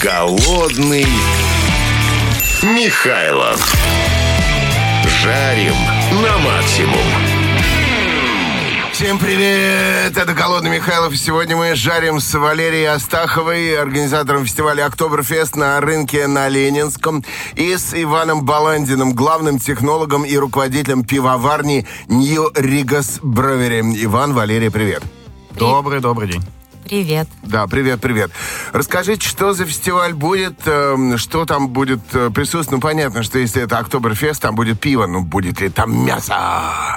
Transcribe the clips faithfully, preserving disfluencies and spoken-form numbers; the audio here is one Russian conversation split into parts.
Голодный Михайлов. Жарим на максимум. Всем привет! Это Голодный Михайлов. Сегодня мы жарим с Валерией Астаховой, организатором фестиваля «Октоберфест» на рынке на Ленинском, и с Иваном Баландиным, главным технологом и руководителем пивоварни Нью Ригас Бровери. Иван, Валерия, привет. Добрый, добрый день. Привет. Да, привет, привет. Расскажите, что за фестиваль будет, э, что там будет э, присутствовать. Ну, понятно, что если это Октоберфест, там будет пиво, ну, будет ли там мясо?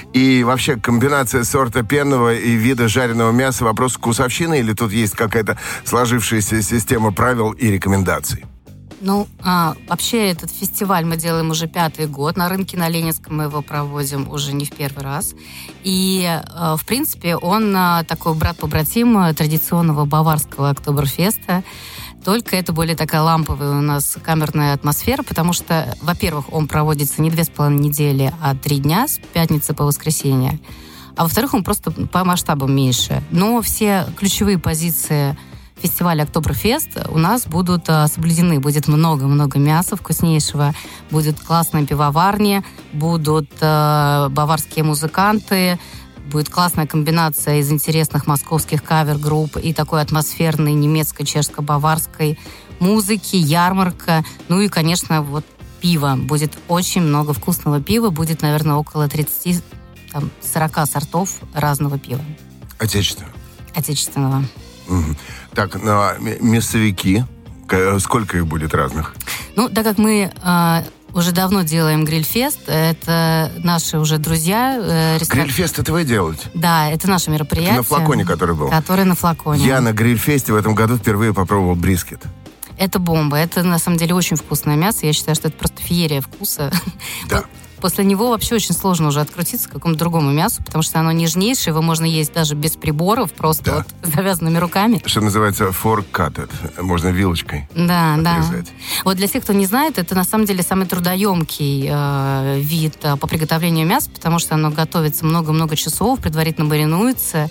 И вообще комбинация сорта пенного и вида жареного мяса — вопрос вкусовщины, или тут есть какая-то сложившаяся система правил и рекомендаций? Ну, а, вообще этот фестиваль мы делаем уже пятый год. На рынке на Ленинском мы его проводим уже не в первый раз. И, а, в принципе, он а, такой брат-побратим традиционного баварского Октоберфеста. Только это более такая ламповая у нас камерная атмосфера, потому что, во-первых, он проводится не две с половиной недели, а три дня, с пятницы по воскресенье. А во-вторых, он просто по масштабам меньше. Но все ключевые позиции фестиваля «Октоберфест» у нас будут а, соблюдены. Будет много-много мяса вкуснейшего, будет классная пивоварня, будут а, баварские музыканты, будет классная комбинация из интересных московских кавер-групп и такой атмосферной немецко-чешско-баварской музыки, ярмарка. Ну и, конечно, вот пиво. Будет очень много вкусного пива. Будет, наверное, около тридцать-сорок сортов разного пива. Отечественного? Отечественного. Угу. Так, ну, а мясовики? Сколько их будет разных? Ну, так как мы э, уже давно делаем гриль-фест, это наши уже друзья. Э, ресторан... Гриль-фест это вы делаете? Да, это наше мероприятие. Это на флаконе, который был? Который на флаконе. Я на гриль-фесте в этом году впервые попробовал брискет. Это бомба. Это, на самом деле, очень вкусное мясо. Я считаю, что это просто феерия вкуса. Да. После него вообще очень сложно уже открутиться к какому-то другому мясу, потому что оно нежнейшее, его можно есть даже без приборов, просто да. вот с завязанными руками. Что называется fork cutted. Можно вилочкой да, отрезать. Да. Вот для тех, кто не знает, это на самом деле самый трудоемкий э, вид э, по приготовлению мяса, потому что оно готовится много-много часов, предварительно маринуется.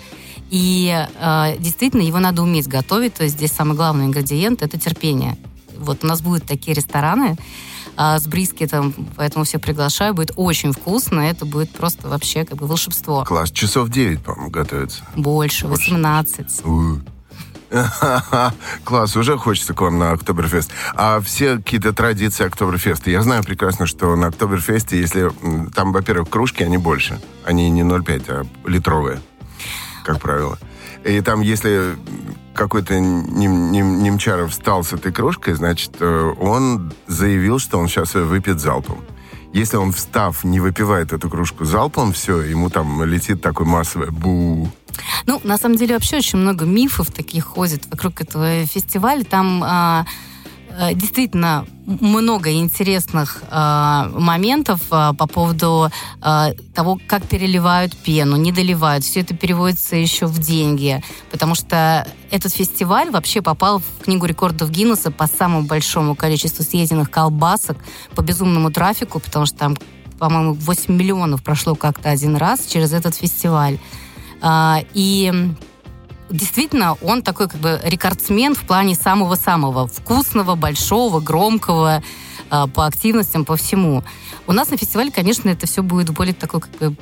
И э, действительно его надо уметь готовить. То есть здесь самый главный ингредиент — это терпение. Вот у нас будут такие рестораны а, с брискетом, поэтому всех приглашаю. Будет очень вкусно. Это будет просто вообще как бы волшебство. Класс. Часов девять, по-моему, готовится. Больше, Больше. восемнадцать. Класс, уже хочется к вам на Октоберфест. А все какие-то традиции Октоберфеста? Я знаю прекрасно, что на Октоберфесте, если там, во-первых, кружки, они больше. Они не ноль пять, а литровые, как правило. И там, если какой-то нем, нем, немчаров встал с этой кружкой, значит, он заявил, что он сейчас ее выпьет залпом. Если он, встав, не выпивает эту кружку залпом, все, ему там летит такое массовое бу. Ну, на самом деле, вообще очень много мифов таких ходит вокруг этого фестиваля. Там а, а, действительно много интересных а, моментов а, по поводу а, того, как переливают пену, не доливают. Все это переводится еще в деньги, потому что этот фестиваль вообще попал в Книгу рекордов Гиннесса по самому большому количеству съеденных колбасок, по безумному трафику, потому что там, по-моему, восемь миллионов прошло как-то один раз через этот фестиваль. А, и действительно, он такой как бы рекордсмен в плане самого-самого вкусного, большого, громкого, э, по активностям, по всему. У нас на фестивале, конечно, это все будет более такой, как бы,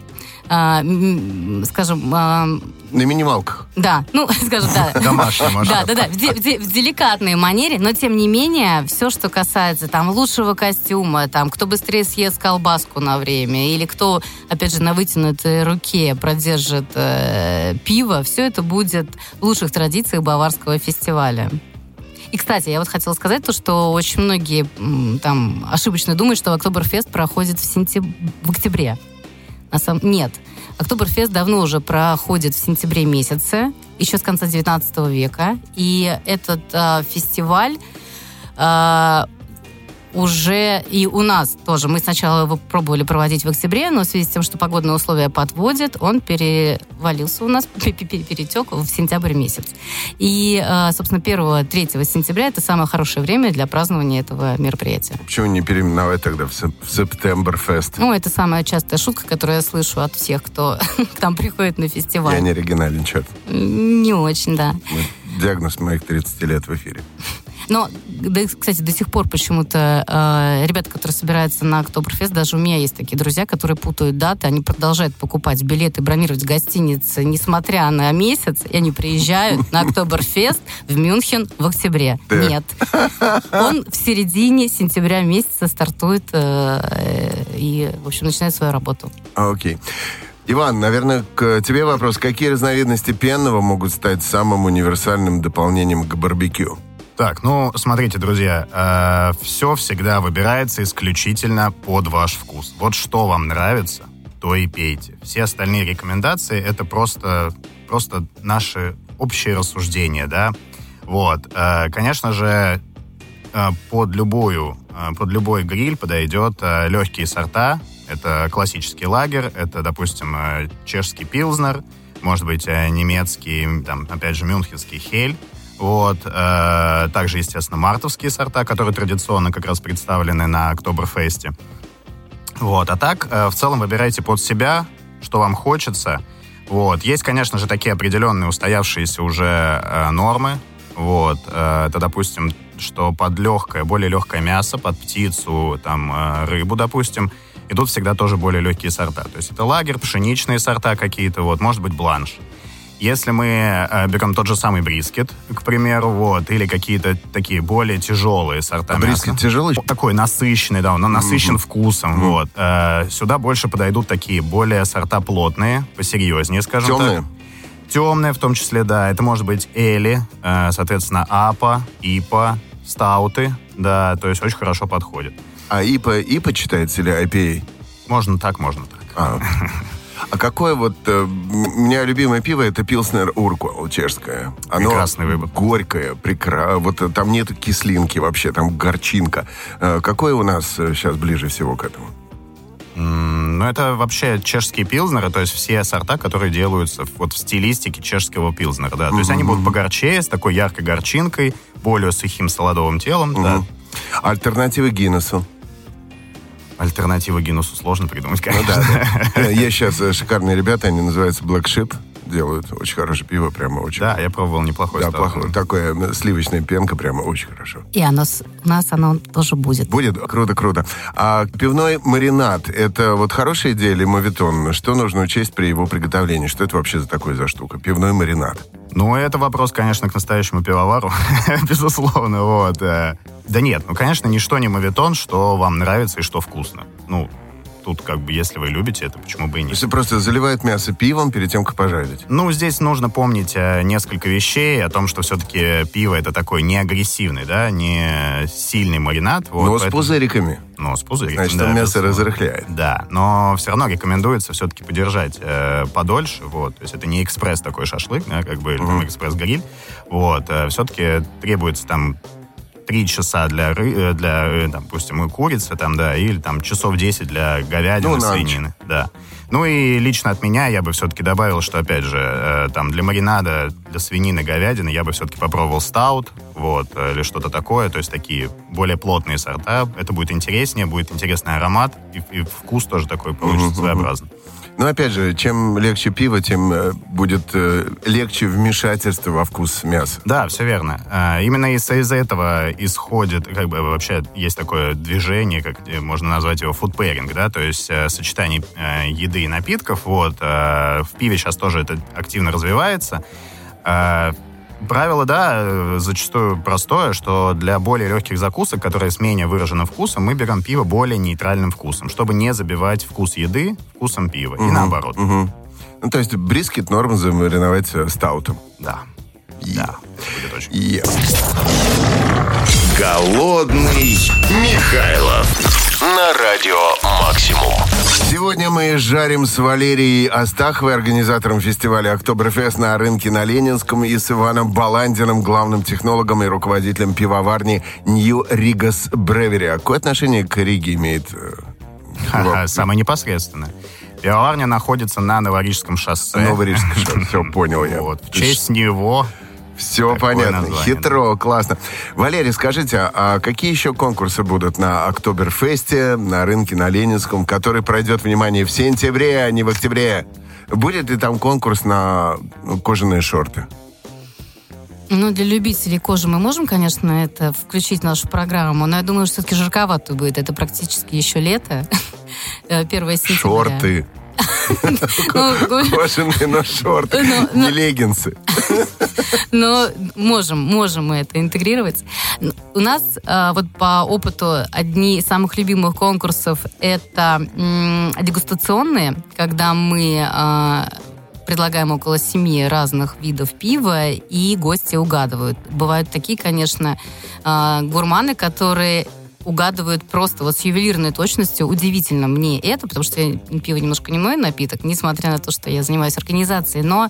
э, скажем... Э, на минималках. Да, ну, скажем, да. Домашний масштаб. Да, да, да, в, де- в, де- в деликатной манере, но, тем не менее, все, что касается там лучшего костюма, там, кто быстрее съест колбаску на время, или кто, опять же, на вытянутой руке продержит э, пиво, все это будет в лучших традициях баварского фестиваля. И, кстати, я вот хотела сказать то, что очень многие там ошибочно думают, что Октоберфест проходит в, сентяб... в октябре. На самом... Нет. Октоберфест давно уже проходит в сентябре месяце, еще с конца девятнадцатого века. И этот э, фестиваль э, уже и у нас тоже. Мы сначала его пробовали проводить в октябре, но в связи с тем, что погодные условия подводят, он перевалился у нас, перетек в сентябрь месяц. И, собственно, первого-третьего сентября это самое хорошее время для празднования этого мероприятия. Почему не переименовать тогда в Септемберфест? Ну, это самая частая шутка, которую я слышу от всех, кто к нам приходит на фестиваль. Я не оригинален, черт. Не очень, да. Диагноз моих тридцати лет в эфире. Но, да, кстати, до сих пор почему-то э, ребята, которые собираются на Октоберфест, даже у меня есть такие друзья, которые путают даты, они продолжают покупать билеты, бронировать гостиницы, несмотря на месяц, и они приезжают на Октоберфест в Мюнхен в октябре. Нет. Он в середине сентября месяца стартует э, и, в общем, начинает свою работу. Окей. Иван, наверное, к тебе вопрос. Какие разновидности пенного могут стать самым универсальным дополнением к барбекю? Так, ну, смотрите, друзья, э, все всегда выбирается исключительно под ваш вкус. Вот что вам нравится, то и пейте. Все остальные рекомендации — это просто, просто наши общие рассуждения, да. Вот, э, конечно же, э, под любую, э, под любой гриль подойдет э, легкие сорта. Это классический лагер, это, допустим, э, чешский пилзнер, может быть, э, немецкий, там, опять же, мюнхенский хель. Вот. Э, также, естественно, мартовские сорта, которые традиционно как раз представлены на Октоберфесте. Вот. А так, э, в целом, выбирайте под себя, что вам хочется. Вот. Есть, конечно же, такие определенные устоявшиеся уже э, нормы. Вот. Э, это, допустим, что под легкое, более легкое мясо, под птицу, там, э, рыбу, допустим, идут всегда тоже более легкие сорта. То есть это лагерь, пшеничные сорта какие-то, вот, может быть, бланш. Если мы э, берем тот же самый брискет, к примеру, вот, или какие-то такие более тяжелые сорта а мяса. Брискет тяжелый? Такой насыщенный, да, он насыщен mm-hmm. вкусом, mm-hmm. вот. Э, сюда больше подойдут такие более сорта плотные, посерьезнее, скажем Темные? так. Темные в том числе, да. Это может быть эли, э, соответственно, апа, ипа, стауты, да, то есть очень хорошо подходит. А ипа, ипа читается или ай пи эй? Можно так, можно так. А. А какое вот... Э, у меня любимое пиво — это Пилснер Урквал, чешское. Оно прекрасный выбор. Горькое, прекрасное. Вот там нет кислинки вообще, там горчинка. Э, какое у нас сейчас ближе всего к этому? Mm, ну, это вообще чешские пилзнеры, то есть все сорта, которые делаются вот в стилистике чешского пилзнера, да. То mm-hmm. есть они будут погорчее, с такой яркой горчинкой, более сухим солодовым телом, mm-hmm. да. Альтернативы Гиннесу? Альтернативы Гиннесу сложно придумать, конечно. Ну, да, да. Есть сейчас шикарные ребята, они называются Black Sheep, делают очень хорошее пиво, прямо очень. Да, я пробовал, неплохое. Да, плохое. Такое сливочная пенка, прямо очень хорошо. И оно, у нас оно тоже будет. Будет? Круто, круто. А пивной маринад, это вот хорошая идея или моветон? Что нужно учесть при его приготовлении? Что это вообще за такое за штука? Пивной маринад. Ну, это вопрос, конечно, к настоящему пивовару, безусловно, вот. Да нет, ну, конечно, ничто не моветон, что вам нравится и что вкусно. Ну, тут как бы, если вы любите это, почему бы и нет. Если просто заливают мясо пивом перед тем, как пожарить. Ну, здесь нужно помнить несколько вещей, о том, что все-таки пиво — это такой не агрессивный, да, не сильный маринад. Вот, но поэтому... с пузыриками. Но с пузыриками, значит, да, мясо безусловно. разрыхляет. Да, но все равно рекомендуется все-таки подержать э, подольше, вот. То есть это не экспресс такой шашлык, да, как бы, или там экспресс-гриль. Вот, э, все-таки требуется там три часа для, ры, для, допустим, курицы, там, да, или там часов десять для говядины, ну, свинины. Да. Ну и лично от меня я бы все-таки добавил, что, опять же, э, там для маринада, для свинины, говядины я бы все-таки попробовал стаут, вот, или что-то такое, то есть такие более плотные сорта. Это будет интереснее, будет интересный аромат, и, и вкус тоже такой получится uh-huh, своеобразный. Ну, опять же, чем легче пиво, тем э, будет э, легче вмешательство во вкус мяса. Да, все верно. А, именно из- из-за этого исходит, как бы вообще есть такое движение, как можно назвать его food pairing, да, то есть э, сочетание э, еды и напитков. Вот. Э, в пиве сейчас тоже это активно развивается. Э, Правило, да, зачастую простое, что для более легких закусок, которые с менее выраженным вкусом, мы берем пиво более нейтральным вкусом, чтобы не забивать вкус еды вкусом пива. Угу, и наоборот. Угу. Ну, то есть брискет норм замариновать стаутом. Да. Yeah. Да. Это будет очень. Yeah. Голодный Михайлов на радио «Максимум». Сегодня мы жарим с Валерией Астаховой, организатором фестиваля «Октоберфест» на рынке на Ленинском, и с Иваном Баландиным, главным технологом и руководителем пивоварни Нью Ригас Бревери. А какое отношение к Риге имеет? Ха-ха, самое непосредственное. Пивоварня находится на Новорижском шоссе. Новорижском шоссе, все, понял я. Вот, в честь него... Все понятно. Название, хитро, да. Классно. Валерий, скажите, а какие еще конкурсы будут на Октоберфесте, на рынке на Ленинском, который пройдет, внимание, в сентябре, а не в октябре? Будет ли там конкурс на кожаные шорты? Ну, для любителей кожи мы можем, конечно, это включить в нашу программу, но я думаю, что все-таки жарковато будет. Это практически еще лето, первое сентября. Шорты. Кожаные, но шорты, не леггинсы. Но можем, можем мы это интегрировать. У нас вот по опыту одни из самых любимых конкурсов это дегустационные, когда мы предлагаем около семи разных видов пива, и гости угадывают. Бывают такие, конечно, гурманы, которые угадывают просто вот с ювелирной точностью. Удивительно мне это, потому что пиво немножко не мой напиток, несмотря на то, что я занимаюсь организацией. Но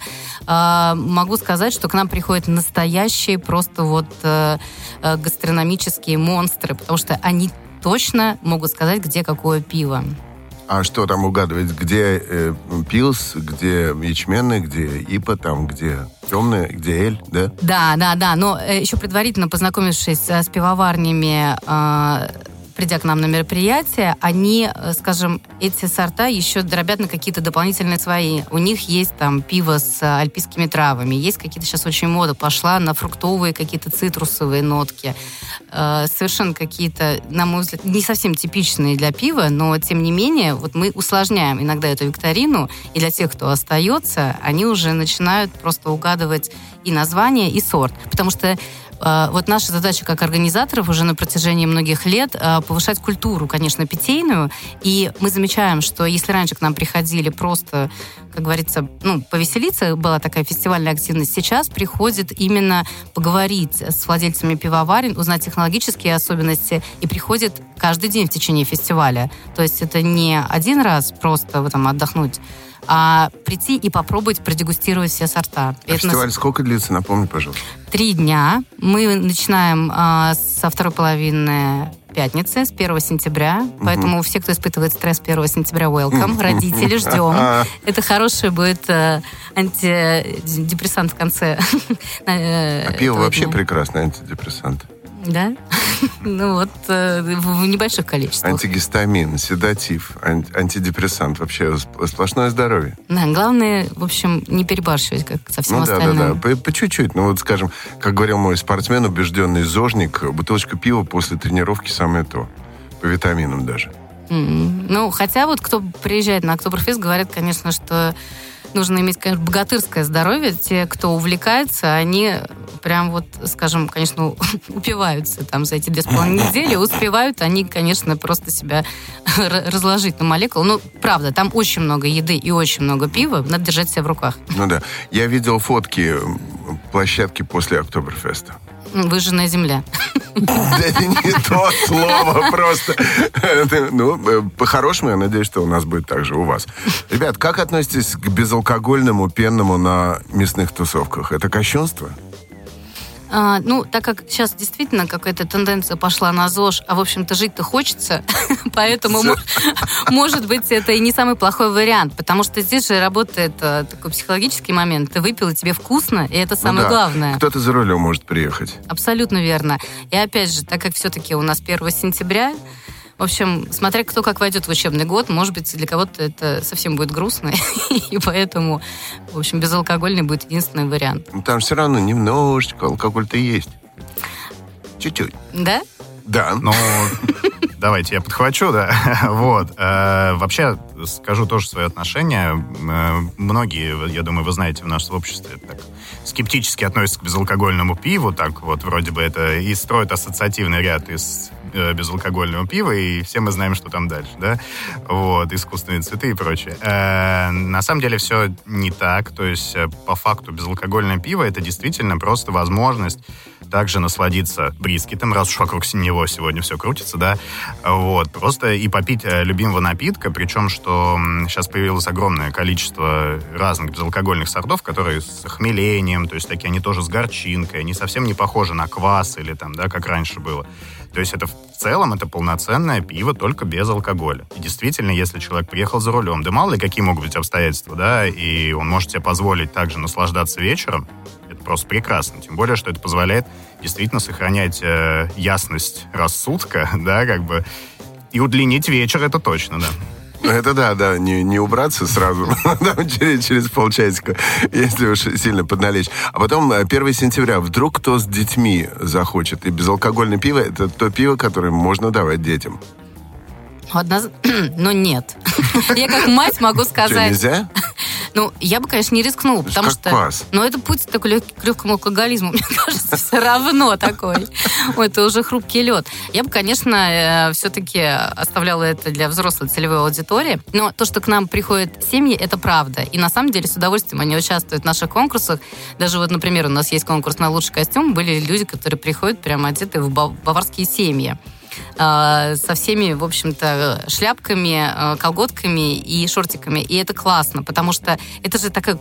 э, могу сказать, что к нам приходят настоящие просто вот э, гастрономические монстры, потому что они точно могут сказать, где какое пиво. А что там угадывать? Где э, пилс, где ячменный, где ипа, там, где темный, где эль, да? Да, да, да. Но э, еще предварительно познакомившись с пивоварнями, э, придя к нам на мероприятие, они, скажем, эти сорта еще дробят на какие-то дополнительные свои. У них есть там пиво с альпийскими травами, есть какие-то сейчас очень мода пошла на фруктовые какие-то цитрусовые нотки. Э, совершенно какие-то, на мой взгляд, не совсем типичные для пива, но тем не менее, вот мы усложняем иногда эту викторину, и для тех, кто остается, они уже начинают просто угадывать и название, и сорт. Потому что вот наша задача как организаторов уже на протяжении многих лет повышать культуру, конечно, питейную. И мы замечаем, что если раньше к нам приходили просто, как говорится, ну, повеселиться, была такая фестивальная активность, сейчас приходит именно поговорить с владельцами пивоварен, узнать технологические особенности, и приходит каждый день в течение фестиваля. То есть это не один раз просто там отдохнуть, а прийти и попробовать продегустировать все сорта. А фестиваль нас... сколько длится? Напомни, пожалуйста. Три дня. Мы начинаем а, со второй половины пятницы, с первого сентября. Угу. Поэтому все, кто испытывает стресс первого сентября, welcome. Родители, ждем. Это хороший будет а, антидепрессант в конце. А пиво вообще прекрасный антидепрессант. Да? Ну вот, в небольших количествах. Антигистамин, седатив, антидепрессант. Вообще сплошное здоровье. Да, главное, в общем, не перебарщивать, как со всем ну, остальным. Да, да, да, по, по чуть-чуть. Ну вот, скажем, как говорил мой спортсмен, убежденный зожник, бутылочка пива после тренировки самое то. По витаминам даже. Mm-hmm. Ну, хотя вот кто приезжает на Октоберфест, говорят, конечно, что нужно иметь, конечно, богатырское здоровье. Те, кто увлекается, они прям вот, скажем, конечно, упиваются там за эти две с половиной недели. Успевают они, конечно, просто себя разложить на молекулы. Ну, правда, там очень много еды и очень много пива. Надо держать себя в руках. Ну да. Я видел фотки площадки после Октоберфеста. Выжженная земля. Да это не то слово просто. Ну, по-хорошему, я надеюсь, что у нас будет так же у вас. Ребят, как относитесь к безалкогольному пенному на мясных тусовках? Это кощунство? А, ну, так как сейчас действительно какая-то тенденция пошла на ЗОЖ, а, в общем-то, жить-то хочется, поэтому, может быть, это и не самый плохой вариант, потому что здесь же работает такой психологический момент. Ты выпил, и тебе вкусно, и это самое главное. Кто-то за рулем может приехать. Абсолютно верно. И опять же, так как все-таки у нас первого сентября, в общем, смотря кто как войдет в учебный год, может быть, для кого-то это совсем будет грустно, и поэтому, в общем, безалкогольный будет единственный вариант. Там все равно немножечко алкоголь-то есть. Чуть-чуть. Да? Да. Ну, давайте я подхвачу, да. Вот. Вообще, скажу тоже свое отношение. Многие, я думаю, вы знаете, в нашем обществе так скептически относятся к безалкогольному пиву, так вот вроде бы это и строят ассоциативный ряд из безалкогольного пива, и все мы знаем, что там дальше, да? Вот, искусственные цветы и прочее. Э, на самом деле все не так, то есть по факту безалкогольное пиво это действительно просто возможность также насладиться брискетом, раз уж вокруг него сегодня все крутится, да, вот, просто и попить любимого напитка, причем, что сейчас появилось огромное количество разных безалкогольных сортов, которые с хмелением, то есть такие они тоже с горчинкой, они совсем не похожи на квас или там, да, как раньше было. То есть это в целом это полноценное пиво, только без алкоголя. И действительно, если человек приехал за рулем, да мало ли какие могут быть обстоятельства, да, и он может себе позволить также наслаждаться вечером, это просто прекрасно. Тем более, что это позволяет действительно сохранять э, ясность рассудка, да, как бы, и удлинить вечер, это точно, да. Ну, это да, да, не, не убраться сразу через, через полчасика, если уж сильно подналечь. А потом первого сентября вдруг кто с детьми захочет. И безалкогольное пиво — это то пиво, которое можно давать детям. Одноз... Ну, нет. Я как мать могу сказать... Что, нельзя? Ну, я бы, конечно, не рискнула, потому как что... квас. Ну, это путь такой лег... к легкому алкоголизму, мне кажется, все равно такой. Ой, это уже хрупкий лед. Я бы, конечно, все-таки оставляла это для взрослой целевой аудитории. Но то, что к нам приходят семьи, это правда. И на самом деле с удовольствием они участвуют в наших конкурсах. Даже вот, например, у нас есть конкурс на лучший костюм. Были люди, которые приходят прямо одетые в баварские семьи. Со всеми, в общем-то, шляпками, колготками и шортиками. И это классно, потому что это же такая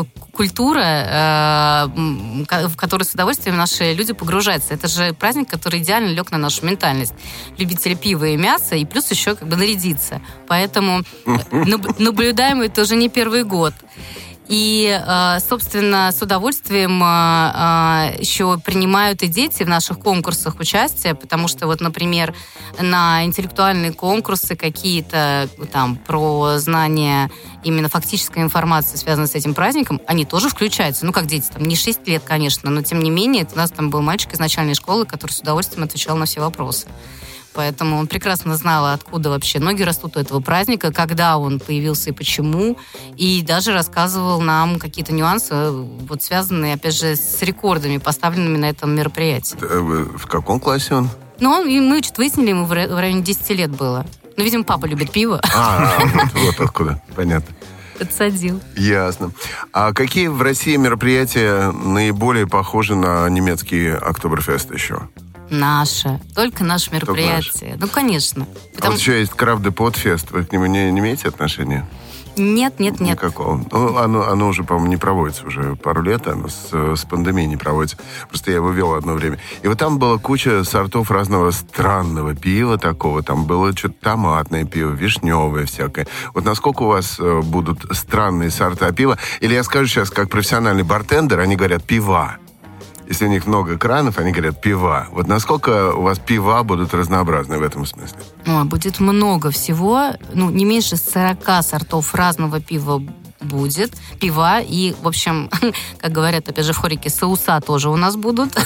культура, в которой с удовольствием наши люди погружаются. Это же праздник, который идеально лег на нашу ментальность. Любители пива и мяса, и плюс еще как бы нарядиться. Поэтому наблюдаем это уже не первый год. И, собственно, с удовольствием еще принимают и дети в наших конкурсах участие, потому что, вот, например, на интеллектуальные конкурсы какие-то там про знания именно фактической информации, связанной с этим праздником, они тоже включаются. Ну, как дети, там, не шесть лет, конечно, но, тем не менее, у нас там был мальчик из начальной школы, который с удовольствием отвечал на все вопросы. Поэтому он прекрасно знал, откуда вообще ноги растут у этого праздника, когда он появился и почему. И даже рассказывал нам какие-то нюансы, вот связанные, опять же, с рекордами, поставленными на этом мероприятии. В каком классе он? Ну, он, мы что-то выяснили, ему в районе десяти лет было. Ну, видимо, папа любит пиво. А, вот, вот откуда, понятно. Подсадил. Ясно. А какие в России мероприятия наиболее похожи на немецкий Октоберфест еще? Наше. Только наше мероприятие. Только ну, конечно. Потому... А вот еще есть Крафт-Депот-фест. Вы к нему не, не имеете отношения? Нет, нет, нет. Никакого. Ну, оно, оно уже, по-моему, не проводится уже пару лет. Оно с, с пандемией не проводится. Просто я его вел одно время. И вот там была куча сортов разного странного пива такого. Там было что-то томатное пиво, вишневое всякое. Вот насколько у вас э, будут странные сорта пива? Или я скажу сейчас, как профессиональный бартендер, они говорят «пива». Если у них много кранов, они говорят «пива». Вот насколько у вас пива будут разнообразны в этом смысле? О, будет много всего. Ну, не меньше сорока сортов разного пива будет. Пива и, в общем, как говорят, опять же, в хорике, соуса тоже у нас будут.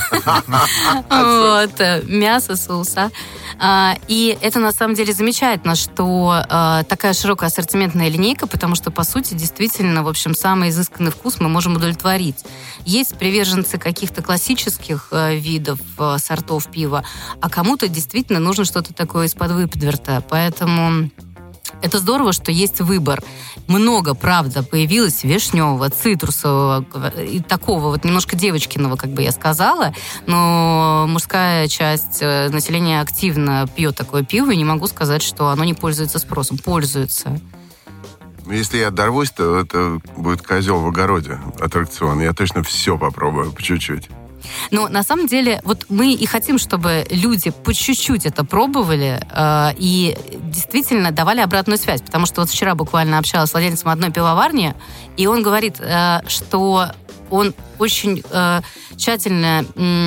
Мясо, соуса. И это, на самом деле, замечательно, что такая широкая ассортиментная линейка, потому что, по сути, действительно, в общем, самый изысканный вкус мы можем удовлетворить. Есть приверженцы каких-то классических видов сортов пива, а кому-то действительно нужно что-то такое из-под выпидверта. Поэтому... Это здорово, что есть выбор. Много, правда, появилось вишневого, цитрусового и такого вот немножко девочкиного, как бы я сказала. Но мужская часть населения активно пьет такое пиво, и не могу сказать, что оно не пользуется спросом. Пользуется. Если я оторвусь, то это будет козел в огороде, аттракцион. Я точно все попробую по чуть-чуть. Но на самом деле, вот мы и хотим, чтобы люди по чуть-чуть это пробовали э, и действительно давали обратную связь. Потому что вот вчера буквально общалась с владельцем одной пивоварни, и он говорит, э, что он очень э, тщательно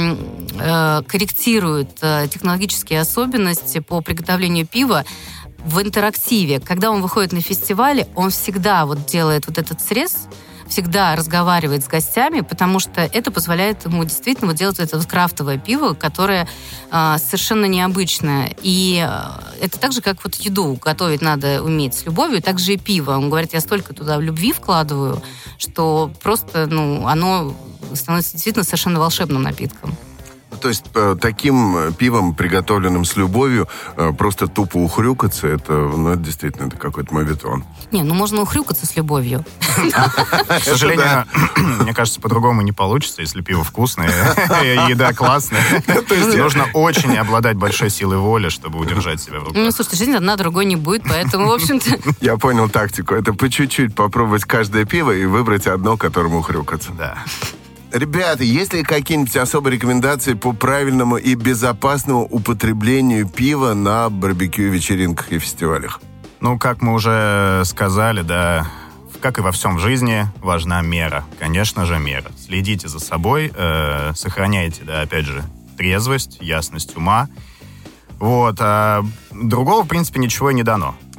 э, корректирует э, технологические особенности по приготовлению пива в интерактиве. Когда он выходит на фестивале, он всегда вот делает вот этот срез, всегда разговаривает с гостями, потому что это позволяет ему действительно вот делать это вот крафтовое пиво, которое э, совершенно необычное. И э, это так же, как вот еду готовить надо уметь с любовью, так же и пиво. Он говорит, я столько туда любви вкладываю, что просто, ну, оно становится действительно совершенно волшебным напитком. То есть таким пивом, приготовленным с любовью, просто тупо ухрюкаться, это, ну, это действительно это какой-то моветон. Не, ну можно ухрюкаться с любовью. К сожалению, мне кажется, по-другому не получится, если пиво вкусное, еда классная. То есть нужно очень обладать большой силой воли, чтобы удержать себя в руках. Ну, слушайте, жизнь одна, другой не будет, поэтому, в общем-то... Я понял тактику. Это по чуть-чуть попробовать каждое пиво и выбрать одно, которому ухрюкаться. Да. Ребята, есть ли какие-нибудь особые рекомендации по правильному и безопасному употреблению пива на барбекю, вечеринках и фестивалях? Ну, как мы уже сказали, да, как и во всем в жизни, важна мера. Конечно же, мера. Следите за собой, э, сохраняйте, да, опять же, трезвость, ясность ума. Вот. А другого, в принципе, ничего и не дано.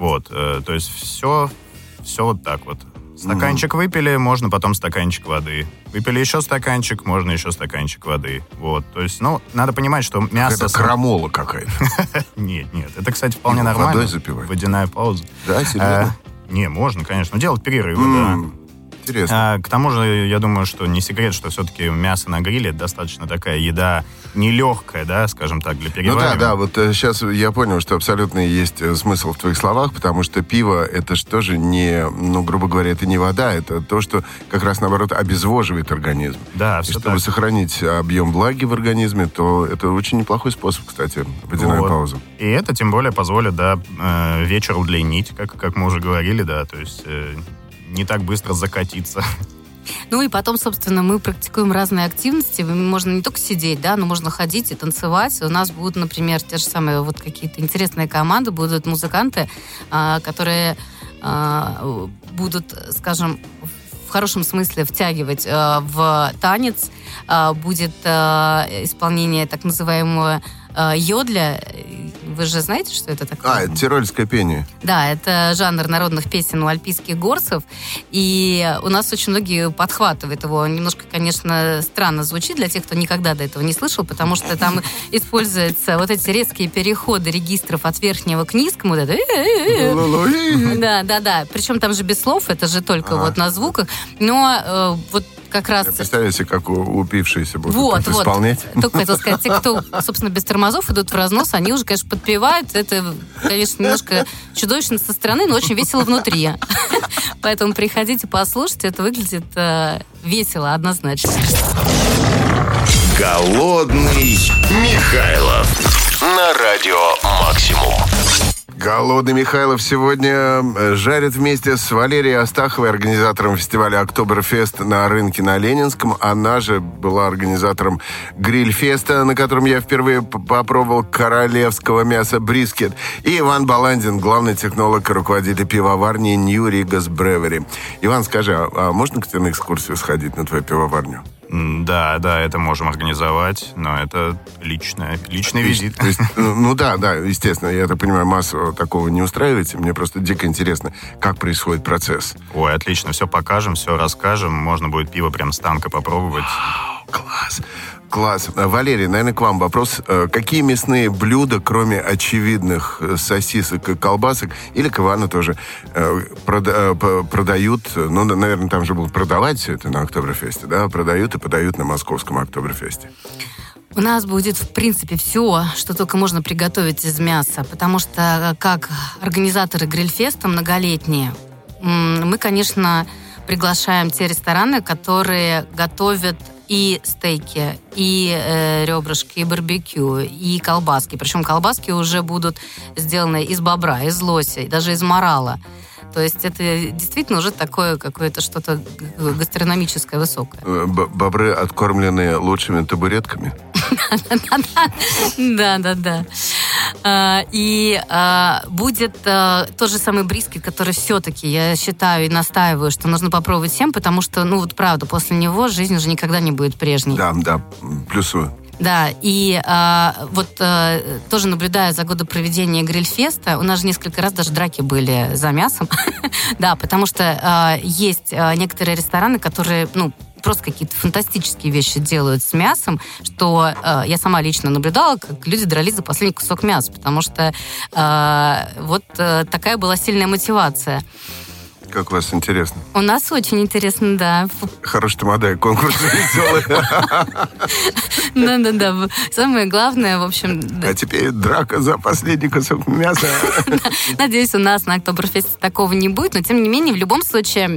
Вот, э, то есть все, все вот так вот. Стаканчик mm-hmm. выпили, можно потом стаканчик воды. Выпили еще стаканчик, можно еще стаканчик воды. Вот, то есть, ну, надо понимать, что мясо... Это крамола какая-то. Нет, нет, это, кстати, вполне нормально. Водой запивать? Водяная пауза. Да, серьезно? Не, можно, конечно, но делать перерывы, да. Интересно. А, к тому же, я думаю, что не секрет, что все-таки мясо на гриле достаточно такая еда нелегкая, да, скажем так, для переваривания. Ну да, да, вот сейчас я понял, что абсолютно есть смысл в твоих словах, потому что пиво, это же тоже не, ну, грубо говоря, это не вода, это то, что как раз, наоборот, обезвоживает организм. Да, все. И чтобы так. сохранить объем влаги в организме, то это очень неплохой способ, кстати, водяная вот. пауза. И это, тем более, позволит, да, вечер удлинить, как, как мы уже говорили, да, то есть... не так быстро закатиться. Ну и потом, собственно, мы практикуем разные активности. Можно не только сидеть, да, но можно ходить и танцевать. У нас будут, например, те же самые вот какие-то интересные команды, будут музыканты, которые будут, скажем, в хорошем смысле втягивать в танец. Будет исполнение так называемого йодля. Вы же знаете, что это такое? А, это тирольское пение. Да, это жанр народных песен у альпийских горцев. И у нас очень многие подхватывают его. Немножко, конечно, странно звучит для тех, кто никогда до этого не слышал, потому что там используются вот эти резкие переходы регистров от верхнего к низкому. Да, да, да. Причем там же без слов, это же только вот на звуках. Но вот как раз... Представляете, как упившиеся будут вот, вот. исполнять? Только хотел сказать, те, кто, собственно, без тормозов идут в разнос, они уже, конечно, подпевают. Это, конечно, немножко чудовищно со стороны, но очень весело внутри. Поэтому приходите, послушайте. Это выглядит э, весело, однозначно. Голодный Михайлов на радио «Максимум». Голодный Михайлов сегодня жарит вместе с Валерией Астаховой, организатором фестиваля «Октоберфест» на рынке на Ленинском. Она же была организатором гриль-феста, на котором я впервые попробовал королевского мяса брискет. И Иван Баландин, главный технолог и руководитель пивоварни New Rigas Brewery. Иван, скажи, а можно к тебе на экскурсию сходить на твою пивоварню? Да, да, это можем организовать, но это личное, личный визит. То есть, ну да, да, естественно, я так понимаю, массово такого не устраиваете. Мне просто дико интересно, как происходит процесс. Ой, отлично, все покажем, все расскажем. Можно будет пиво прям с танка попробовать. Класс. Класс. Валерий, наверное, к вам вопрос. Какие мясные блюда, кроме очевидных сосисок и колбасок, или к Ивану тоже, продают, ну, наверное, там же будут продавать все это на Октоберфесте, да, продают и подают на московском Октоберфесте? У нас будет, в принципе, все, что только можно приготовить из мяса, потому что, как организаторы грильфеста многолетние, мы, конечно, приглашаем те рестораны, которые готовят и стейки, и э, ребрышки, и барбекю, и колбаски. Причем колбаски уже будут сделаны из бобра, из лося, и даже из морала. То есть это действительно уже такое какое-то что-то гастрономическое, высокое. Бобры, откормленные лучшими табуретками? Да-да-да. И будет тот же самый брискет, который все-таки, я считаю и настаиваю, что нужно попробовать всем, потому что, ну вот правда, после него жизнь уже никогда не будет прежней. Да, да, плюсую. Да, и а, вот а, тоже наблюдая за годы проведения грильфеста, у нас же несколько раз даже драки были за мясом. Да, потому что а, есть а, некоторые рестораны, которые, ну, просто какие-то фантастические вещи делают с мясом, что э, я сама лично наблюдала, как люди дрались за последний кусок мяса, потому что э, вот э, такая была сильная мотивация. Как у вас интересно? У нас очень интересно, да. Хороший тамадай, конкурс веселый. Да-да-да. Самое главное, в общем... А теперь драка за последний кусок мяса. Надеюсь, у нас на Октоберфесте такого не будет, но тем не менее, в любом случае,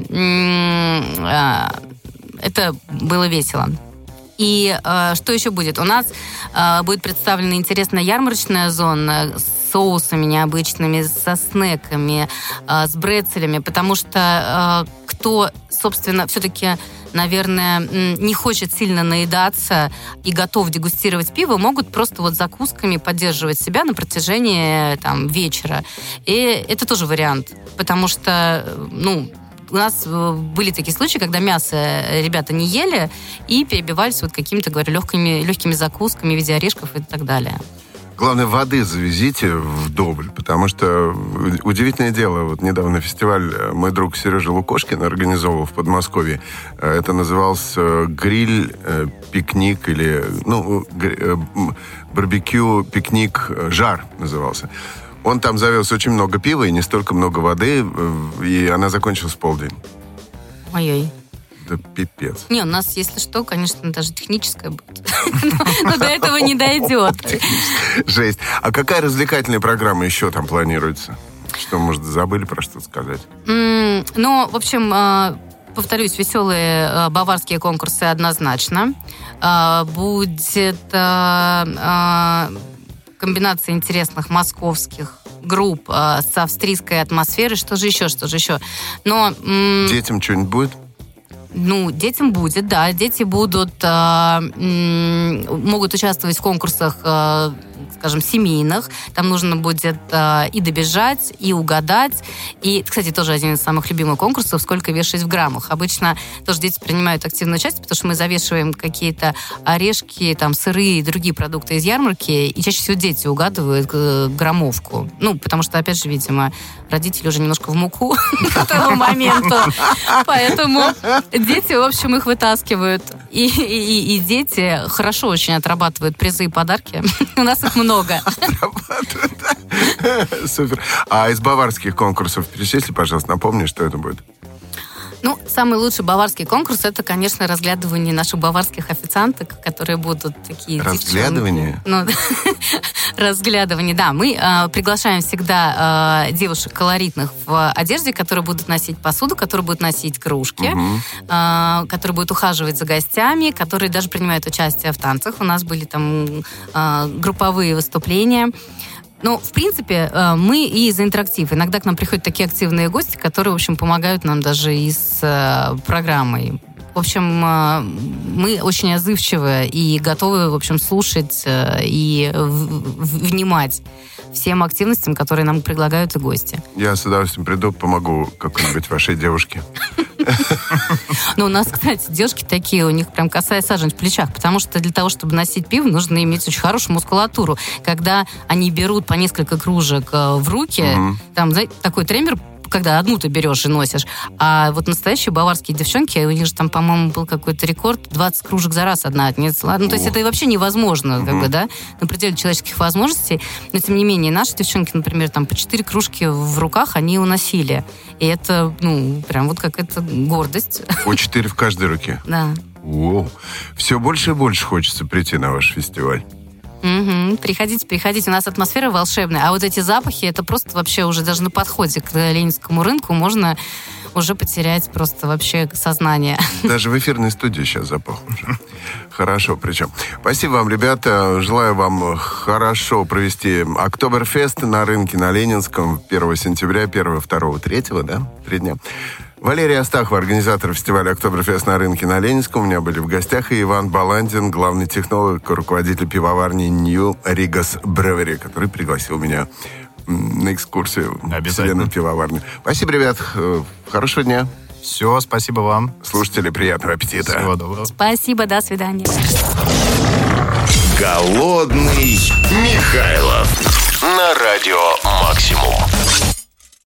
это было весело. И э, что еще будет? У нас э, будет представлена интересная ярмарочная зона с соусами необычными, со снеками, э, с брецелями, потому что э, кто, собственно, все-таки, наверное, не хочет сильно наедаться и готов дегустировать пиво, могут просто вот закусками поддерживать себя на протяжении там, вечера. И это тоже вариант, потому что, ну, у нас были такие случаи, когда мясо ребята не ели и перебивались вот какими-то, говорю, легкими, легкими закусками в виде орешков и так далее. Главное, воды завезите вдоволь, потому что удивительное дело. Вот недавно фестиваль мой друг Сережа Лукошкин организовывал в Подмосковье. Это назывался гриль, пикник или, ну, барбекю, пикник, жар назывался. Он там завез очень много пива и не столько много воды, и она закончилась в полдень. Ой-ой. Да пипец. Не, у нас, если что, конечно, даже техническое будет. Но до этого не дойдет. Жесть. А какая развлекательная программа еще там планируется? Что, может, забыли про что сказать? Ну, в общем, повторюсь, веселые баварские конкурсы однозначно. Будет комбинация интересных московских групп с австрийской атмосферой. Что же еще, что же еще? Но... Детям что-нибудь будет? Ну, детям будет, да. Дети будут, э, м- могут участвовать в конкурсах, э, скажем, семейных. Там нужно будет э, и добежать, и угадать. И, кстати, тоже один из самых любимых конкурсов, сколько вешать в граммах. Обычно тоже дети принимают активное участие, потому что мы завешиваем какие-то орешки, там, сыры и другие продукты из ярмарки, и чаще всего дети угадывают э, граммовку. Ну, потому что, опять же, видимо, родители уже немножко в муку к этому моменту. Поэтому дети, в общем, их вытаскивают. И, и, и дети хорошо очень отрабатывают призы и подарки. У нас их много. Супер. А из баварских конкурсов перечисли, пожалуйста, напомни, что это будет. Ну, самый лучший баварский конкурс — это, конечно, разглядывание наших баварских официанток, которые будут такие... Разглядывание? Ну, разглядывание, да. Мы э, приглашаем всегда э, девушек колоритных в одежде, которые будут носить посуду, которые будут носить кружки, угу. э, которые будут ухаживать за гостями, которые даже принимают участие в танцах. У нас были там э, групповые выступления. Ну, в принципе, мы и за интерактив. Иногда к нам приходят такие активные гости, которые, в общем, помогают нам даже и с программой. В общем, мы очень отзывчивы и готовы, в общем, слушать и внимать всем активностям, которые нам предлагают и гости. Я с удовольствием приду, помогу какой-нибудь вашей девушке. Ну, у нас, кстати, девушки такие, у них прям косая сажень в плечах, потому что для того, чтобы носить пиво, нужно иметь очень хорошую мускулатуру. Когда они берут по несколько кружек в руки, угу. там, знаете, такой тремер, когда одну ты берешь и носишь. А вот настоящие баварские девчонки, у них же там, по-моему, был какой-то рекорд, двадцать кружек за раз одна отнесла. Ну, то есть это вообще невозможно, как бы, да, на пределе человеческих возможностей. Но, тем не менее, наши девчонки, например, там по четыре кружки в руках они уносили. И это, ну, прям вот какая-то гордость. По четыре в каждой руке? Да. Воу. Все больше и больше хочется прийти на ваш фестиваль. Угу. Приходите, приходите. У нас атмосфера волшебная. А вот эти запахи, это просто вообще уже даже на подходе к Ленинскому рынку можно уже потерять просто вообще сознание. Даже в эфирной студии сейчас запах уже. Хорошо, причем. Спасибо вам, ребята. Желаю вам хорошо провести Октоберфест на рынке на Ленинском первого сентября, первого, второго, третьего, да? Три дня. Валерия Астахова, организатор фестиваля «Октоберфест» на рынке на Ленинском. У меня были в гостях и Иван Баландин, главный технолог, руководитель пивоварни New Rigas Brewery, который пригласил меня на экскурсию в вселенную пивоварни. Спасибо, ребят. Хорошего дня. Все, спасибо вам. Слушатели, приятного аппетита. Всего доброго. Спасибо, до свидания. Голодный Михайлов на радио «Максимум».